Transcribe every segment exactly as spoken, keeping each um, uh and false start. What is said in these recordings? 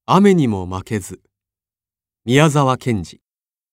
雨にも負けず。宮沢賢治。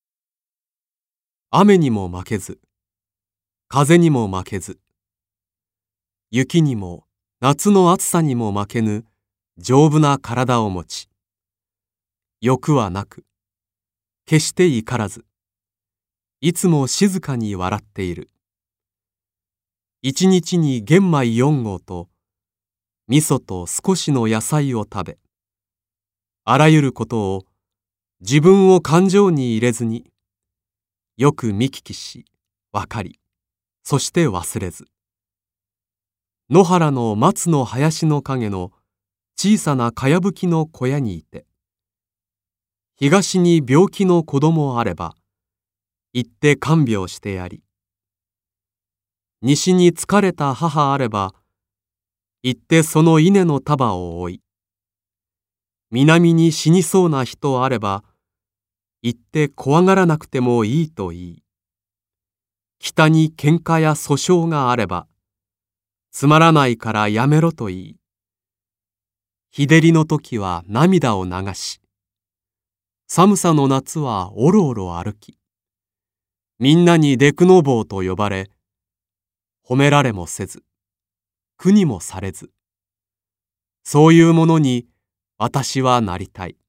雨にも負けず、風にも負けず、雪にも夏の暑さにも負けぬ丈夫な体を持ち、欲はなく、決して怒らず、いつも静かに笑っている。一日に玄米四合と、味噌と少しの野菜を食べ、あらゆることを自分を感情に入れずに、よく見聞きし、わかり、そして忘れず。野原の松の林の陰の小さなかやぶきの小屋にいて、東に病気の子供あれば、行って看病してやり、西に疲れた母あれば、行ってその稲の束を追い、南に死にそうな人あれば、行って怖がらなくてもいいと言い、北に喧嘩や訴訟があれば、つまらないからやめろと言い、日照りの時は涙を流し、寒さの夏はおろおろ歩き、みんなにデクノボーと呼ばれ、褒められもせず、苦にもされず、そういうものに私はなりたい。